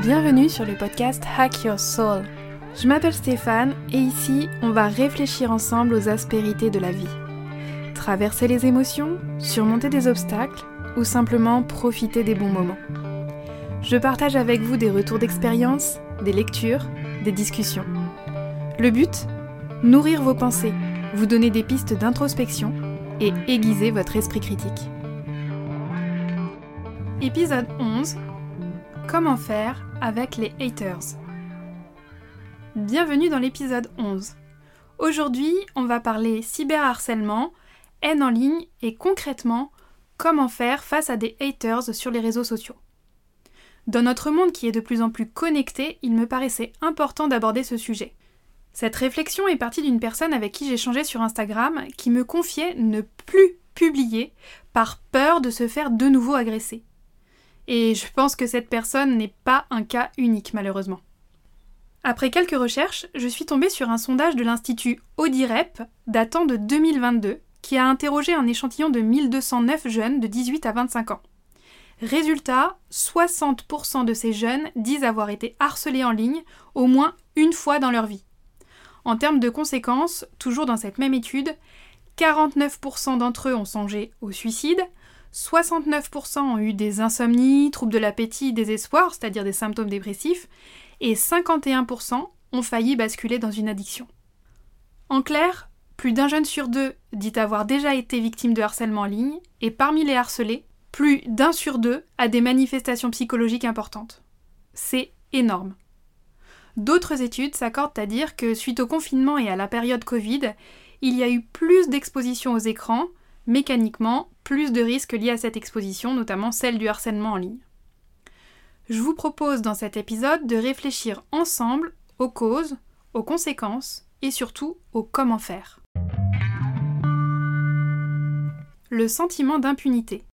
Bienvenue sur le podcast Hack Your Soul. Je m'appelle Stéphane et ici, on va réfléchir ensemble aux aspérités de la vie. Traverser les émotions, surmonter des obstacles ou simplement profiter des bons moments. Je partage avec vous des retours d'expérience, des lectures, des discussions. Le but ? Nourrir vos pensées, vous donner des pistes d'introspection et aiguiser votre esprit critique. Épisode 11. Comment faire avec les haters ? Bienvenue dans l'épisode 11. Aujourd'hui, on va parler cyberharcèlement, haine en ligne et concrètement, comment faire face à des haters sur les réseaux sociaux. Dans notre monde qui est de plus en plus connecté, il me paraissait important d'aborder ce sujet. Cette réflexion est partie d'une personne avec qui j'échangeais sur Instagram qui me confiait ne plus publier par peur de se faire de nouveau agresser. Et je pense que cette personne n'est pas un cas unique malheureusement. Après quelques recherches, je suis tombée sur un sondage de l'Institut Audirep datant de 2022 qui a interrogé un échantillon de 1209 jeunes de 18 à 25 ans. Résultat, 60% de ces jeunes disent avoir été harcelés en ligne au moins une fois dans leur vie. En termes de conséquences, toujours dans cette même étude, 49% d'entre eux ont songé au suicide, 69% ont eu des insomnies, troubles de l'appétit, désespoir, c'est-à-dire des symptômes dépressifs, et 51% ont failli basculer dans une addiction. En clair, plus d'un jeune sur deux dit avoir déjà été victime de harcèlement en ligne, et parmi les harcelés, plus d'un sur deux a des manifestations psychologiques importantes. C'est énorme. D'autres études s'accordent à dire que suite au confinement et à la période Covid, il y a eu plus d'exposition aux écrans, mécaniquement, plus de risques liés à cette exposition, notamment celle du harcèlement en ligne. Je vous propose dans cet épisode de réfléchir ensemble aux causes, aux conséquences et surtout au comment faire. Le sentiment d'impunité.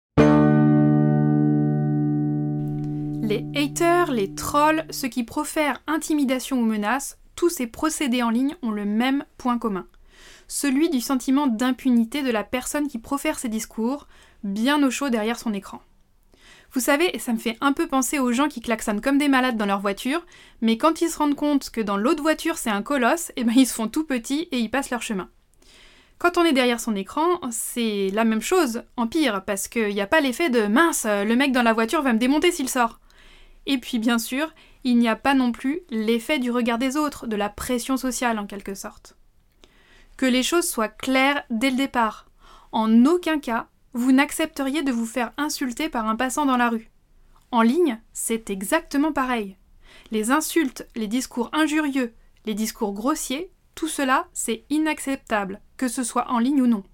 Les haters, les trolls, ceux qui profèrent intimidation ou menaces, tous ces procédés en ligne ont le même point commun. Celui du sentiment d'impunité de la personne qui profère ses discours, bien au chaud derrière son écran. Vous savez, ça me fait un peu penser aux gens qui klaxonnent comme des malades dans leur voiture, mais quand ils se rendent compte que dans l'autre voiture c'est un colosse, ils se font tout petits et ils passent leur chemin. Quand on est derrière son écran, c'est la même chose, en pire, parce qu'il n'y a pas l'effet de « mince, le mec dans la voiture va me démonter s'il sort ». Et puis bien sûr, il n'y a pas non plus l'effet du regard des autres, de la pression sociale en quelque sorte. Que les choses soient claires dès le départ. En aucun cas, vous n'accepteriez de vous faire insulter par un passant dans la rue. En ligne, c'est exactement pareil. Les insultes, les discours injurieux, les discours grossiers, tout cela, c'est inacceptable, que ce soit en ligne ou non.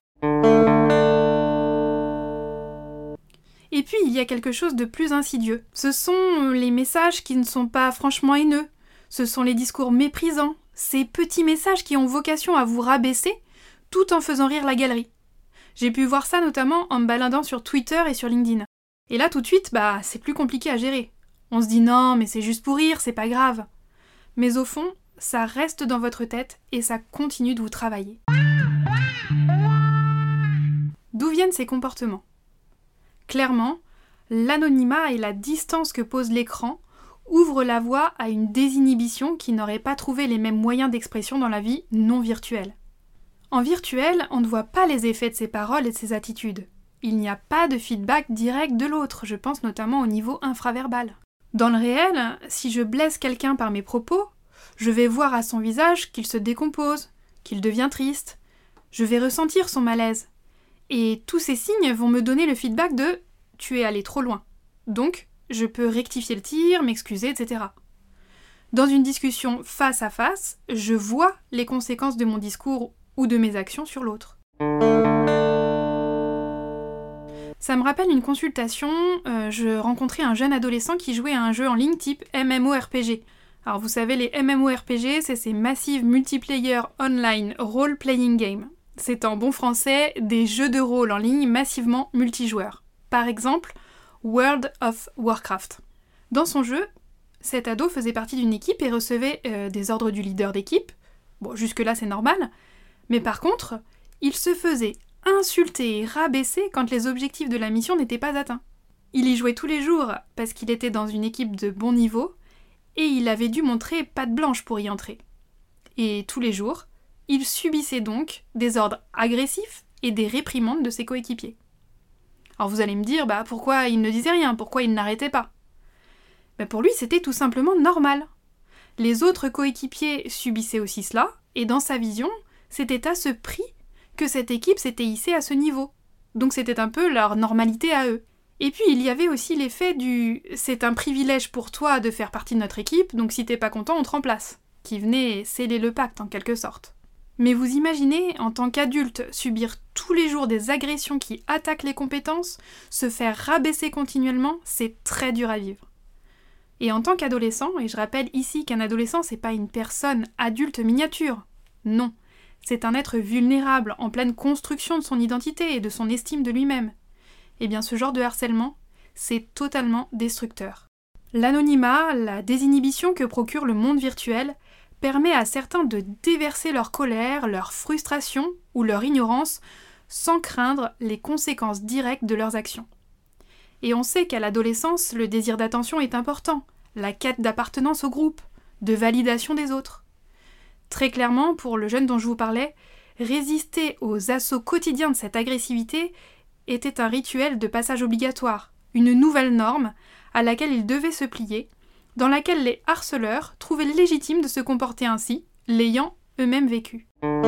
Et puis, il y a quelque chose de plus insidieux. Ce sont les messages qui ne sont pas franchement haineux. Ce sont les discours méprisants. Ces petits messages qui ont vocation à vous rabaisser, tout en faisant rire la galerie. J'ai pu voir ça notamment en me baladant sur Twitter et sur LinkedIn. Et là, tout de suite, c'est plus compliqué à gérer. On se dit non, mais c'est juste pour rire, c'est pas grave. Mais au fond, ça reste dans votre tête et ça continue de vous travailler. D'où viennent ces comportements ? Clairement, l'anonymat et la distance que pose l'écran ouvrent la voie à une désinhibition qui n'aurait pas trouvé les mêmes moyens d'expression dans la vie non virtuelle. En virtuel, on ne voit pas les effets de ses paroles et de ses attitudes. Il n'y a pas de feedback direct de l'autre, je pense notamment au niveau infraverbal. Dans le réel, si je blesse quelqu'un par mes propos, je vais voir à son visage qu'il se décompose, qu'il devient triste. Je vais ressentir son malaise. Et tous ces signes vont me donner le feedback de « tu es allé trop loin ». Donc, je peux rectifier le tir, m'excuser, etc. Dans une discussion face à face, je vois les conséquences de mon discours ou de mes actions sur l'autre. Ça me rappelle une consultation, je rencontrais un jeune adolescent qui jouait à un jeu en ligne type MMORPG. Alors vous savez, les MMORPG, c'est ces Massive Multiplayer Online Role-Playing Game. C'est en bon français des jeux de rôle en ligne massivement multijoueurs. Par exemple, World of Warcraft. Dans son jeu, cet ado faisait partie d'une équipe et recevait des ordres du leader d'équipe. Bon, jusque-là c'est normal. Mais par contre, il se faisait insulter et rabaisser quand les objectifs de la mission n'étaient pas atteints. Il y jouait tous les jours parce qu'il était dans une équipe de bon niveau et il avait dû montrer patte blanche pour y entrer. Et tous les jours, il subissait donc des ordres agressifs et des réprimandes de ses coéquipiers. Alors vous allez me dire, pourquoi il ne disait rien, pourquoi il n'arrêtait pas ? Pour lui, c'était tout simplement normal. Les autres coéquipiers subissaient aussi cela, et dans sa vision, c'était à ce prix que cette équipe s'était hissée à ce niveau. Donc c'était un peu leur normalité à eux. Et puis il y avait aussi l'effet du « c'est un privilège pour toi de faire partie de notre équipe, donc si t'es pas content, on te remplace », qui venait sceller le pacte en quelque sorte. Mais vous imaginez, en tant qu'adulte, subir tous les jours des agressions qui attaquent les compétences, se faire rabaisser continuellement, c'est très dur à vivre. Et en tant qu'adolescent, et je rappelle ici qu'un adolescent c'est pas une personne adulte miniature, non, c'est un être vulnérable en pleine construction de son identité et de son estime de lui-même. Eh bien ce genre de harcèlement, c'est totalement destructeur. L'anonymat, la désinhibition que procure le monde virtuel, permet à certains de déverser leur colère, leur frustration ou leur ignorance sans craindre les conséquences directes de leurs actions. Et on sait qu'à l'adolescence, le désir d'attention est important, la quête d'appartenance au groupe, de validation des autres. Très clairement, pour le jeune dont je vous parlais, résister aux assauts quotidiens de cette agressivité était un rituel de passage obligatoire, une nouvelle norme à laquelle il devait se plier, dans laquelle les harceleurs trouvaient légitime de se comporter ainsi, l'ayant eux-mêmes vécu.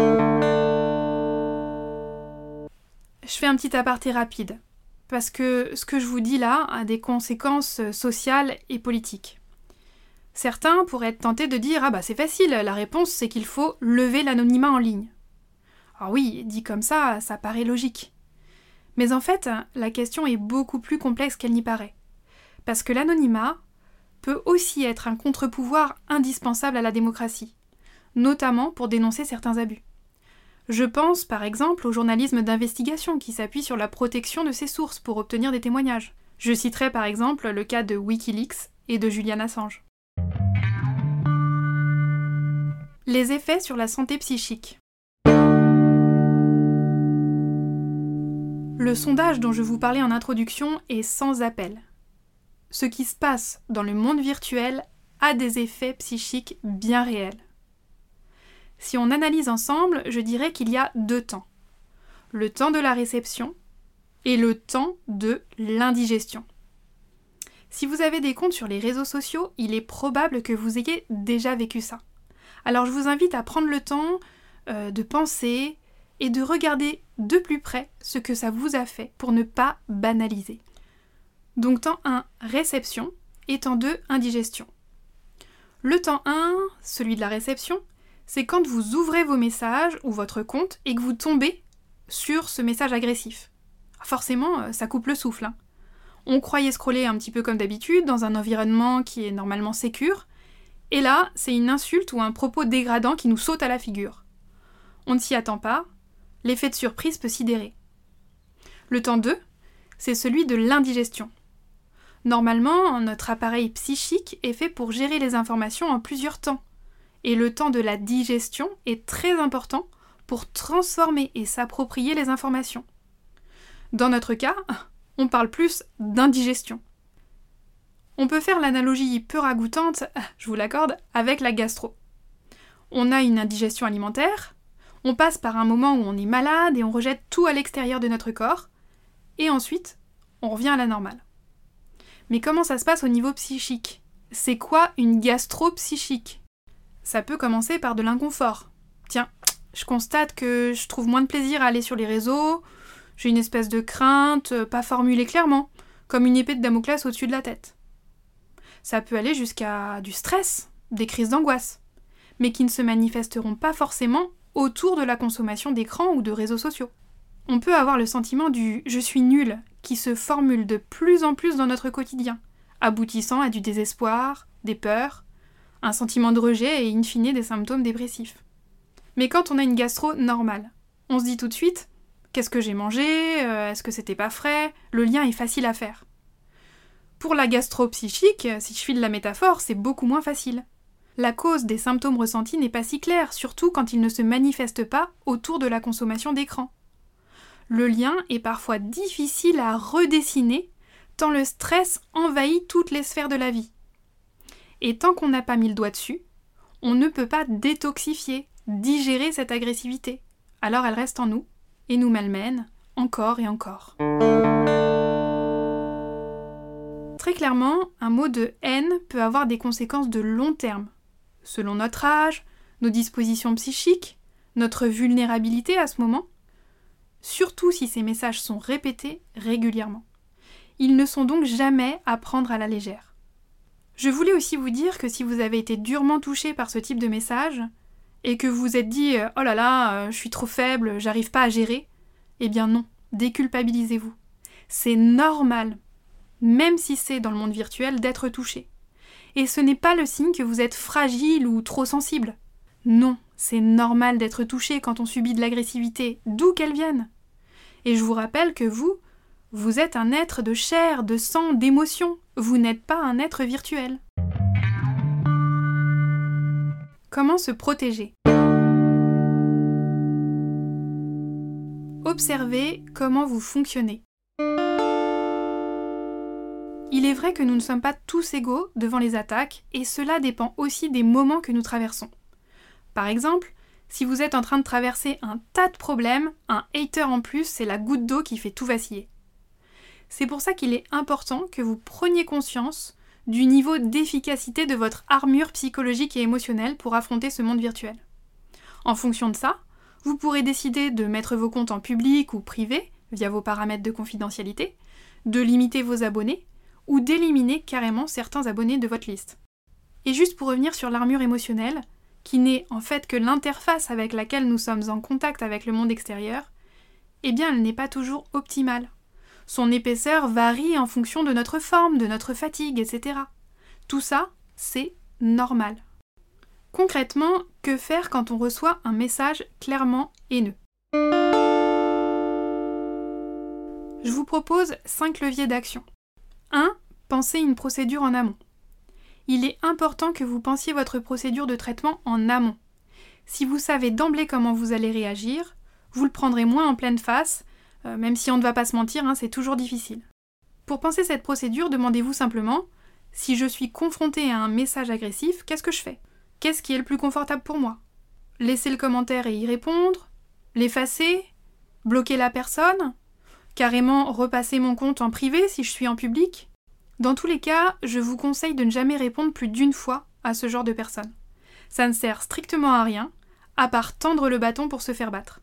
Je fais un petit aparté rapide, parce que ce que je vous dis là a des conséquences sociales et politiques. Certains pourraient être tentés de dire « Ah c'est facile, la réponse c'est qu'il faut lever l'anonymat en ligne ». Alors oui, dit comme ça paraît logique. Mais en fait, la question est beaucoup plus complexe qu'elle n'y paraît. Parce que l'anonymat peut aussi être un contre-pouvoir indispensable à la démocratie, notamment pour dénoncer certains abus. Je pense par exemple au journalisme d'investigation qui s'appuie sur la protection de ses sources pour obtenir des témoignages. Je citerai par exemple le cas de Wikileaks et de Julian Assange. Les effets sur la santé psychique. Le sondage dont je vous parlais en introduction est sans appel. Ce qui se passe dans le monde virtuel a des effets psychiques bien réels. Si on analyse ensemble, je dirais qu'il y a 2 temps. Le temps de la réception et le temps de l'indigestion. Si vous avez des comptes sur les réseaux sociaux, il est probable que vous ayez déjà vécu ça. Alors je vous invite à prendre le temps de penser et de regarder de plus près ce que ça vous a fait pour ne pas banaliser. Donc temps 1, réception, et temps 2, indigestion. Le temps 1, celui de la réception, c'est quand vous ouvrez vos messages ou votre compte et que vous tombez sur ce message agressif. Forcément, ça coupe le souffle. On croyait scroller un petit peu comme d'habitude, dans un environnement qui est normalement sécure, et là, c'est une insulte ou un propos dégradant qui nous saute à la figure. On ne s'y attend pas, l'effet de surprise peut sidérer. Le temps 2, c'est celui de l'indigestion. Normalement, notre appareil psychique est fait pour gérer les informations en plusieurs temps. Et le temps de la digestion est très important pour transformer et s'approprier les informations. Dans notre cas, on parle plus d'indigestion. On peut faire l'analogie peu ragoûtante, je vous l'accorde, avec la gastro. On a une indigestion alimentaire, on passe par un moment où on est malade et on rejette tout à l'extérieur de notre corps, et ensuite, on revient à la normale. Mais comment ça se passe au niveau psychique ? C'est quoi une gastro psychique ? Ça peut commencer par de l'inconfort. Tiens, je constate que je trouve moins de plaisir à aller sur les réseaux, j'ai une espèce de crainte, pas formulée clairement, comme une épée de Damoclès au-dessus de la tête. Ça peut aller jusqu'à du stress, des crises d'angoisse, mais qui ne se manifesteront pas forcément autour de la consommation d'écran ou de réseaux sociaux. On peut avoir le sentiment du « je suis nul » qui se formule de plus en plus dans notre quotidien, aboutissant à du désespoir, des peurs, un sentiment de rejet et in fine des symptômes dépressifs. Mais quand on a une gastro normale, on se dit tout de suite « qu'est-ce que j'ai mangé ? Est-ce que c'était pas frais ?» Le lien est facile à faire. Pour la gastro psychique, si je file la métaphore, c'est beaucoup moins facile. La cause des symptômes ressentis n'est pas si claire, surtout quand ils ne se manifestent pas autour de la consommation d'écran. Le lien est parfois difficile à redessiner, tant le stress envahit toutes les sphères de la vie. Et tant qu'on n'a pas mis le doigt dessus, on ne peut pas détoxifier, digérer cette agressivité. Alors elle reste en nous et nous malmène encore et encore. Très clairement, un mot de haine peut avoir des conséquences de long terme, selon notre âge, nos dispositions psychiques, notre vulnérabilité à ce moment, surtout si ces messages sont répétés régulièrement. Ils ne sont donc jamais à prendre à la légère. Je voulais aussi vous dire que si vous avez été durement touché par ce type de message, et que vous vous êtes dit « Oh là là, je suis trop faible, j'arrive pas à gérer », eh bien non, déculpabilisez-vous. C'est normal, même si c'est dans le monde virtuel, d'être touché. Et ce n'est pas le signe que vous êtes fragile ou trop sensible. Non, c'est normal d'être touché quand on subit de l'agressivité, d'où qu'elle vienne. Et je vous rappelle que vous êtes un être de chair, de sang, d'émotion. Vous n'êtes pas un être virtuel. Comment se protéger ? Observez comment vous fonctionnez. Il est vrai que nous ne sommes pas tous égaux devant les attaques, et cela dépend aussi des moments que nous traversons. Par exemple, si vous êtes en train de traverser un tas de problèmes, un hater en plus, c'est la goutte d'eau qui fait tout vaciller. C'est pour ça qu'il est important que vous preniez conscience du niveau d'efficacité de votre armure psychologique et émotionnelle pour affronter ce monde virtuel. En fonction de ça, vous pourrez décider de mettre vos comptes en public ou privé, via vos paramètres de confidentialité, de limiter vos abonnés, ou d'éliminer carrément certains abonnés de votre liste. Et juste pour revenir sur l'armure émotionnelle, qui n'est en fait que l'interface avec laquelle nous sommes en contact avec le monde extérieur, eh bien elle n'est pas toujours optimale. Son épaisseur varie en fonction de notre forme, de notre fatigue, etc. Tout ça, c'est normal. Concrètement, que faire quand on reçoit un message clairement haineux ? Je vous propose 5 leviers d'action. 1. Pensez une procédure en amont. Il est important que vous pensiez votre procédure de traitement en amont. Si vous savez d'emblée comment vous allez réagir, vous le prendrez moins en pleine face, même si on ne va pas se mentir, c'est toujours difficile. Pour penser cette procédure, demandez-vous simplement « Si je suis confronté à un message agressif, qu'est-ce que je fais ? Qu'est-ce qui est le plus confortable pour moi ? Laisser le commentaire et y répondre ? L'effacer ? Bloquer la personne ? Carrément repasser mon compte en privé si je suis en public ? Dans tous les cas, je vous conseille de ne jamais répondre plus d'une fois à ce genre de personnes. Ça ne sert strictement à rien, à part tendre le bâton pour se faire battre.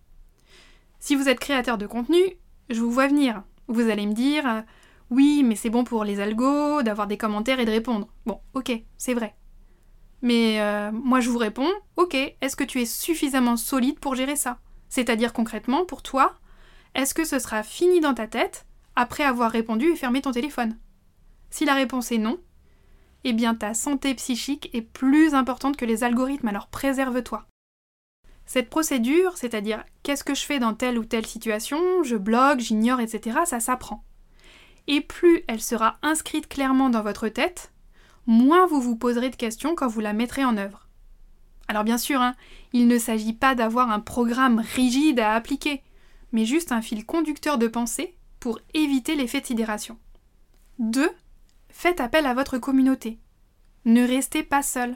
Si vous êtes créateur de contenu, je vous vois venir. Vous allez me dire « Oui, mais c'est bon pour les algos, d'avoir des commentaires et de répondre. » Bon, ok, c'est vrai. Mais moi je vous réponds « Ok, est-ce que tu es suffisamment solide pour gérer ça ? C'est-à-dire concrètement, pour toi, est-ce que ce sera fini dans ta tête après avoir répondu et fermé ton téléphone ? Si la réponse est non, eh bien ta santé psychique est plus importante que les algorithmes, alors préserve-toi. Cette procédure, c'est-à-dire qu'est-ce que je fais dans telle ou telle situation, je bloque, j'ignore, etc., ça s'apprend. Et plus elle sera inscrite clairement dans votre tête, moins vous vous poserez de questions quand vous la mettrez en œuvre. Alors bien sûr, il ne s'agit pas d'avoir un programme rigide à appliquer, mais juste un fil conducteur de pensée pour éviter l'effet de sidération. 2. Faites appel à votre communauté. Ne restez pas seul.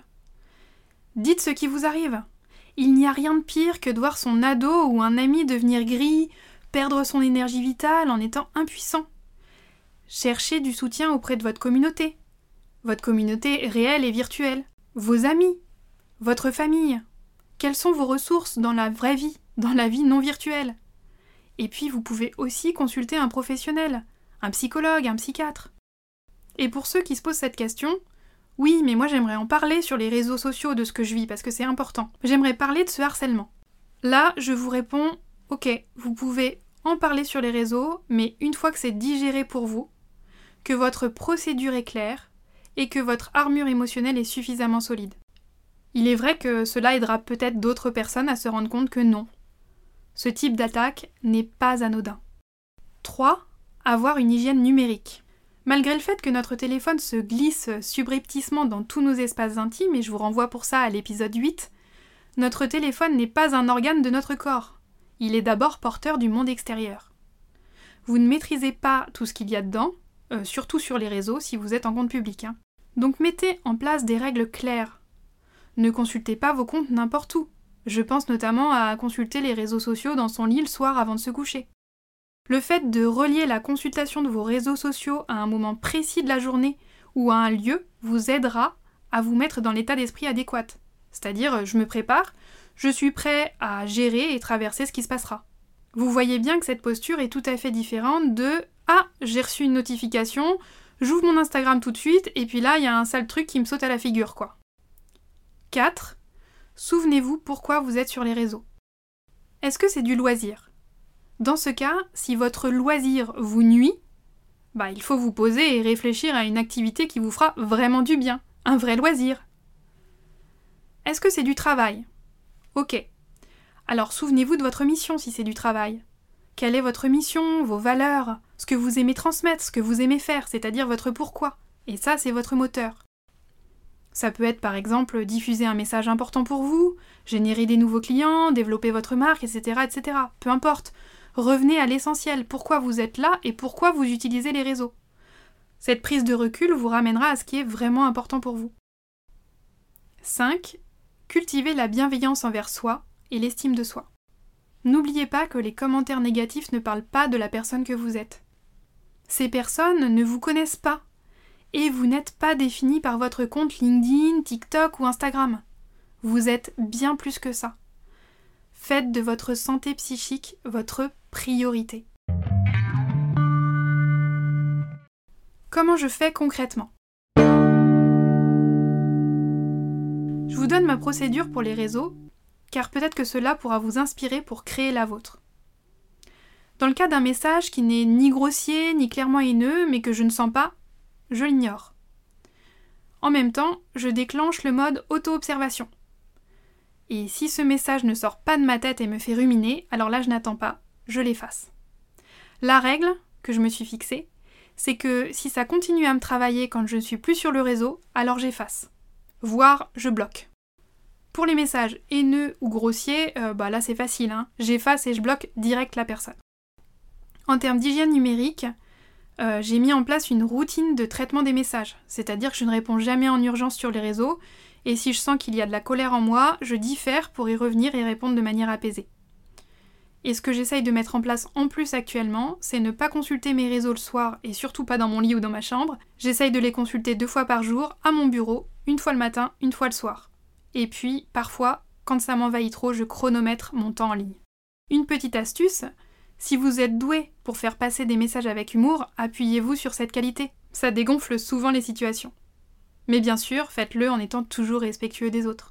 Dites ce qui vous arrive. Il n'y a rien de pire que de voir son ado ou un ami devenir gris, perdre son énergie vitale en étant impuissant. Cherchez du soutien auprès de votre communauté. Votre communauté réelle et virtuelle. Vos amis. Votre famille. Quelles sont vos ressources dans la vraie vie, dans la vie non virtuelle ? Et puis vous pouvez aussi consulter un professionnel, un psychologue, un psychiatre. Et pour ceux qui se posent cette question, oui, mais moi j'aimerais en parler sur les réseaux sociaux de ce que je vis, parce que c'est important. J'aimerais parler de ce harcèlement. Là, je vous réponds, ok, vous pouvez en parler sur les réseaux, mais une fois que c'est digéré pour vous, que votre procédure est claire, et que votre armure émotionnelle est suffisamment solide. Il est vrai que cela aidera peut-être d'autres personnes à se rendre compte que non. Ce type d'attaque n'est pas anodin. 3. Avoir une hygiène numérique. Malgré le fait que notre téléphone se glisse subrepticement dans tous nos espaces intimes, et je vous renvoie pour ça à l'épisode 8, notre téléphone n'est pas un organe de notre corps. Il est d'abord porteur du monde extérieur. Vous ne maîtrisez pas tout ce qu'il y a dedans, surtout sur les réseaux si vous êtes en compte public. Donc mettez en place des règles claires. Ne consultez pas vos comptes n'importe où. Je pense notamment à consulter les réseaux sociaux dans son lit le soir avant de se coucher. Le fait de relier la consultation de vos réseaux sociaux à un moment précis de la journée ou à un lieu vous aidera à vous mettre dans l'état d'esprit adéquat. C'est-à-dire, je me prépare, je suis prêt à gérer et traverser ce qui se passera. Vous voyez bien que cette posture est tout à fait différente de « Ah, j'ai reçu une notification, j'ouvre mon Instagram tout de suite, et puis là, il y a un sale truc qui me saute à la figure, quoi. » 4. Souvenez-vous pourquoi vous êtes sur les réseaux. Est-ce que c'est du loisir ? Dans ce cas, si votre loisir vous nuit, il faut vous poser et réfléchir à une activité qui vous fera vraiment du bien, un vrai loisir. Est-ce que c'est du travail ? Ok. Alors souvenez-vous de votre mission si c'est du travail. Quelle est votre mission, vos valeurs, ce que vous aimez transmettre, ce que vous aimez faire, c'est-à-dire votre pourquoi. Et ça, c'est votre moteur. Ça peut être par exemple diffuser un message important pour vous, générer des nouveaux clients, développer votre marque, etc., etc. Peu importe. Revenez à l'essentiel, pourquoi vous êtes là et pourquoi vous utilisez les réseaux. Cette prise de recul vous ramènera à ce qui est vraiment important pour vous. 5. Cultivez la bienveillance envers soi et l'estime de soi. N'oubliez pas que les commentaires négatifs ne parlent pas de la personne que vous êtes. Ces personnes ne vous connaissent pas et vous n'êtes pas défini par votre compte LinkedIn, TikTok ou Instagram. Vous êtes bien plus que ça. Faites de votre santé psychique votre priorité. Comment je fais concrètement ? Je vous donne ma procédure pour les réseaux, car peut-être que cela pourra vous inspirer pour créer la vôtre. Dans le cas d'un message qui n'est ni grossier, ni clairement haineux, mais que je ne sens pas, je l'ignore. En même temps, je déclenche le mode auto-observation. Et si ce message ne sort pas de ma tête et me fait ruminer, alors là je n'attends pas, je l'efface. La règle que je me suis fixée, c'est que si ça continue à me travailler quand je ne suis plus sur le réseau, alors j'efface. Voire je bloque. Pour les messages haineux ou grossiers, là c'est facile, j'efface et je bloque direct la personne. En termes d'hygiène numérique, j'ai mis en place une routine de traitement des messages, c'est-à-dire que je ne réponds jamais en urgence sur les réseaux, et si je sens qu'il y a de la colère en moi, je diffère pour y revenir et répondre de manière apaisée. Et ce que j'essaye de mettre en place en plus actuellement, c'est ne pas consulter mes réseaux le soir, et surtout pas dans mon lit ou dans ma chambre. J'essaye de les consulter 2 fois par jour, à mon bureau, 1 fois le matin, 1 fois le soir. Et puis, parfois, quand ça m'envahit trop, je chronomètre mon temps en ligne. Une petite astuce, si vous êtes doué pour faire passer des messages avec humour, appuyez-vous sur cette qualité. Ça dégonfle souvent les situations. Mais bien sûr, faites-le en étant toujours respectueux des autres.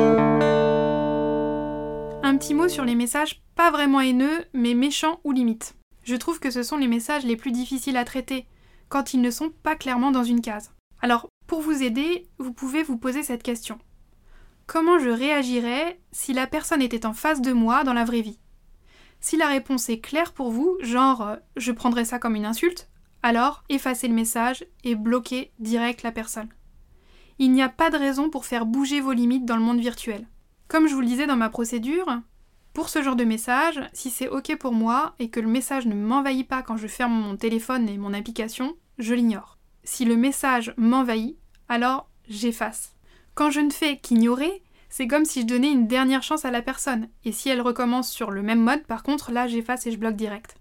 Un petit mot sur les messages pas vraiment haineux, mais méchants ou limites. Je trouve que ce sont les messages les plus difficiles à traiter, quand ils ne sont pas clairement dans une case. Alors, pour vous aider, vous pouvez vous poser cette question. Comment je réagirais si la personne était en face de moi dans la vraie vie ? Si la réponse est claire pour vous, genre je prendrais ça comme une insulte, alors effacez le message et bloquez direct la personne. Il n'y a pas de raison pour faire bouger vos limites dans le monde virtuel. Comme je vous le disais dans ma procédure, pour ce genre de message, si c'est ok pour moi et que le message ne m'envahit pas quand je ferme mon téléphone et mon application, je l'ignore. Si le message m'envahit, alors j'efface. Quand je ne fais qu'ignorer, c'est comme si je donnais une dernière chance à la personne. Et si elle recommence sur le même mode, par contre, là j'efface et je bloque direct.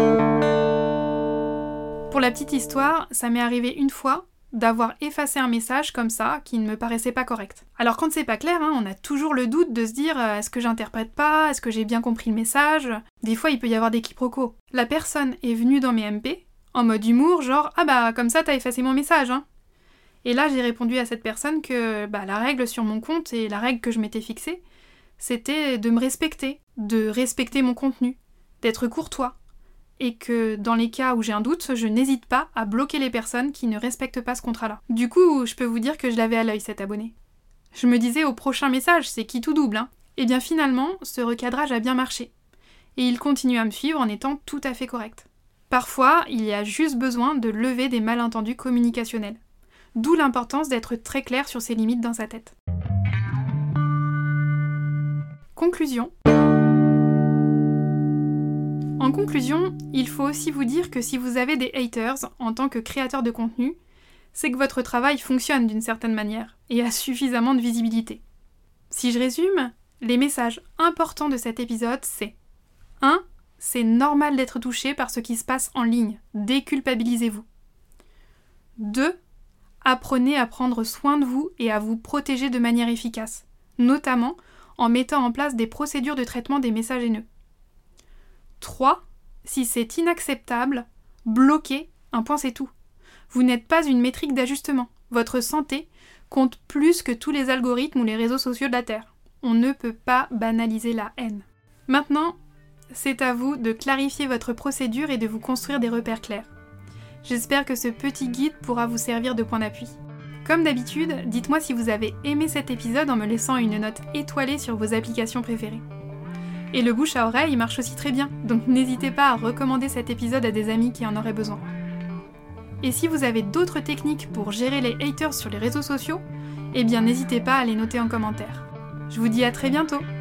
Pour la petite histoire, ça m'est arrivé une fois d'avoir effacé un message comme ça qui ne me paraissait pas correct. Alors quand c'est pas clair, on a toujours le doute de se dire est-ce que j'interprète pas, est-ce que j'ai bien compris le message ? Des fois il peut y avoir des quiproquos. La personne est venue dans mes MP en mode humour, genre comme ça t'as effacé mon message, Et là, j'ai répondu à cette personne que la règle sur mon compte et la règle que je m'étais fixée, c'était de me respecter, de respecter mon contenu, d'être courtois. Et que dans les cas où j'ai un doute, je n'hésite pas à bloquer les personnes qui ne respectent pas ce contrat-là. Du coup, je peux vous dire que je l'avais à l'œil, cet abonné. Je me disais au prochain message, c'est qui tout double, Et bien finalement, ce recadrage a bien marché. Et il continue à me suivre en étant tout à fait correct. Parfois, il y a juste besoin de lever des malentendus communicationnels. D'où l'importance d'être très clair sur ses limites dans sa tête. Conclusion. En conclusion, il faut aussi vous dire que si vous avez des haters en tant que créateur de contenu, c'est que votre travail fonctionne d'une certaine manière et a suffisamment de visibilité. Si je résume, les messages importants de cet épisode, c'est 1. C'est normal d'être touché par ce qui se passe en ligne. Déculpabilisez-vous. 2. Apprenez à prendre soin de vous et à vous protéger de manière efficace, notamment en mettant en place des procédures de traitement des messages haineux. 3. Si c'est inacceptable, bloquez, un point c'est tout. Vous n'êtes pas une métrique d'ajustement. Votre santé compte plus que tous les algorithmes ou les réseaux sociaux de la Terre. On ne peut pas banaliser la haine. Maintenant, c'est à vous de clarifier votre procédure et de vous construire des repères clairs. J'espère que ce petit guide pourra vous servir de point d'appui. Comme d'habitude, dites-moi si vous avez aimé cet épisode en me laissant une note étoilée sur vos applications préférées. Et le bouche à oreille marche aussi très bien, donc n'hésitez pas à recommander cet épisode à des amis qui en auraient besoin. Et si vous avez d'autres techniques pour gérer les haters sur les réseaux sociaux, eh bien n'hésitez pas à les noter en commentaire. Je vous dis à très bientôt!